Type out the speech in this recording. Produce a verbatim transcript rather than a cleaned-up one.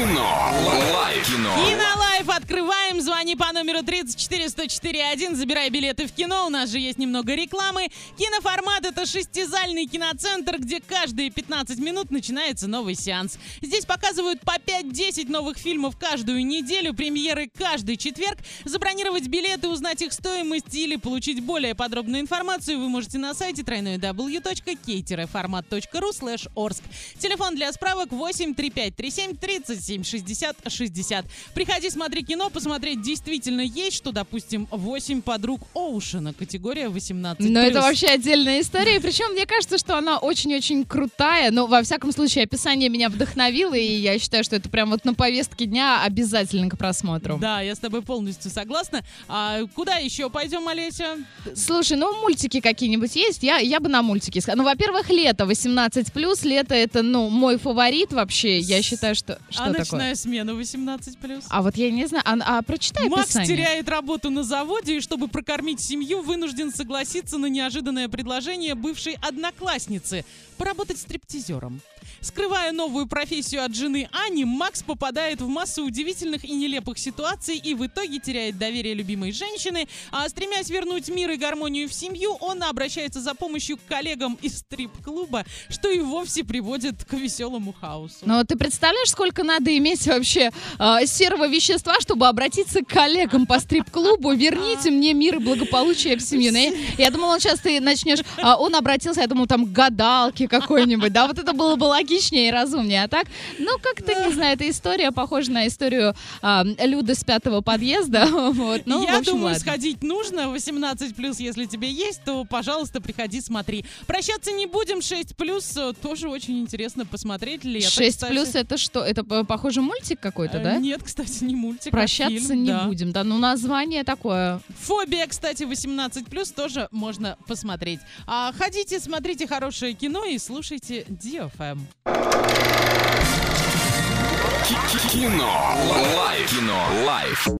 Кино. Лайф. Кино. Кинолайф открываем. Звони по номеру тридцать четыре сто четыре один. Забирай билеты в кино. У нас же есть немного рекламы. Киноформат — это шестизальный киноцентр, где каждые пятнадцать минут начинается новый сеанс. Здесь показывают по пять-десять новых фильмов каждую неделю, премьеры каждый четверг. Забронировать билеты, узнать их стоимость или получить более подробную информацию вы можете на сайте дабл ю дабл ю дабл ю точка кей формат точка ру слэш орск. Телефон для справок восемь три пять три семь тридцать семь шестьдесят шестьдесят. Приходи, смотри кино, посмотреть действительно есть, что, допустим, восемь подруг Оушена, категория восемнадцать плюс. Но это вообще отдельная история, причем мне кажется, что она очень-очень крутая, но во всяком случае описание меня вдохновило, и я считаю, что это прям вот на повестке дня обязательно к просмотру. Да, я с тобой полностью согласна. А куда еще пойдем, Олеся? Слушай, ну мультики какие-нибудь есть? Я, я бы на мультики сказала. Ну, во-первых, лето восемнадцать плюс, лето это, ну, мой фаворит вообще, я считаю, что... Что а такое? ночная смена восемнадцать плюс? А вот я не знаю, а, а прочитай Макс описание. теряет работу на заводе и, чтобы прокормить семью, вынужден согласиться на неожиданное предложение бывшей одноклассницы поработать стриптизером. Скрывая новую профессию от жены Ани, Макс попадает в массу удивительных и нелепых ситуаций и в итоге теряет доверие любимой женщины. А стремясь вернуть мир и гармонию в семью, он обращается за помощью к коллегам из стрип-клуба, что и вовсе приводит к веселому хаосу. Ну, ты представляешь, сколько надо иметь вообще э, серого вещества, чтобы обратиться к коллегам по стрип-клубу? Верните мне мир и благополучие в семью. Я, я думала, сейчас ты начнешь... А он обратился, я думала, там, к гадалке какой-нибудь, да? Вот это было бы логичнее и разумнее. А так, ну, как-то, не знаю, эта история похожа на историю э, Люды с пятого подъезда. Вот. Ну, я в общем, думаю, ладно. сходить нужно. восемнадцать плюс, если тебе есть, то, пожалуйста, приходи, смотри. Прощаться не будем. шесть плюс тоже очень интересно посмотреть. Лето, шесть кстати. плюс это что? Это, п- похоже, мультик какой-то, Э, да? Нет, кстати, не мультик, а Прощаться фильм, не да. будем, да, ну название такое. Фобия, кстати, восемнадцать плюс тоже можно посмотреть. А, ходите, смотрите хорошее кино и слушайте ди эф эм. Кино. Лайф. Кино. Лайф.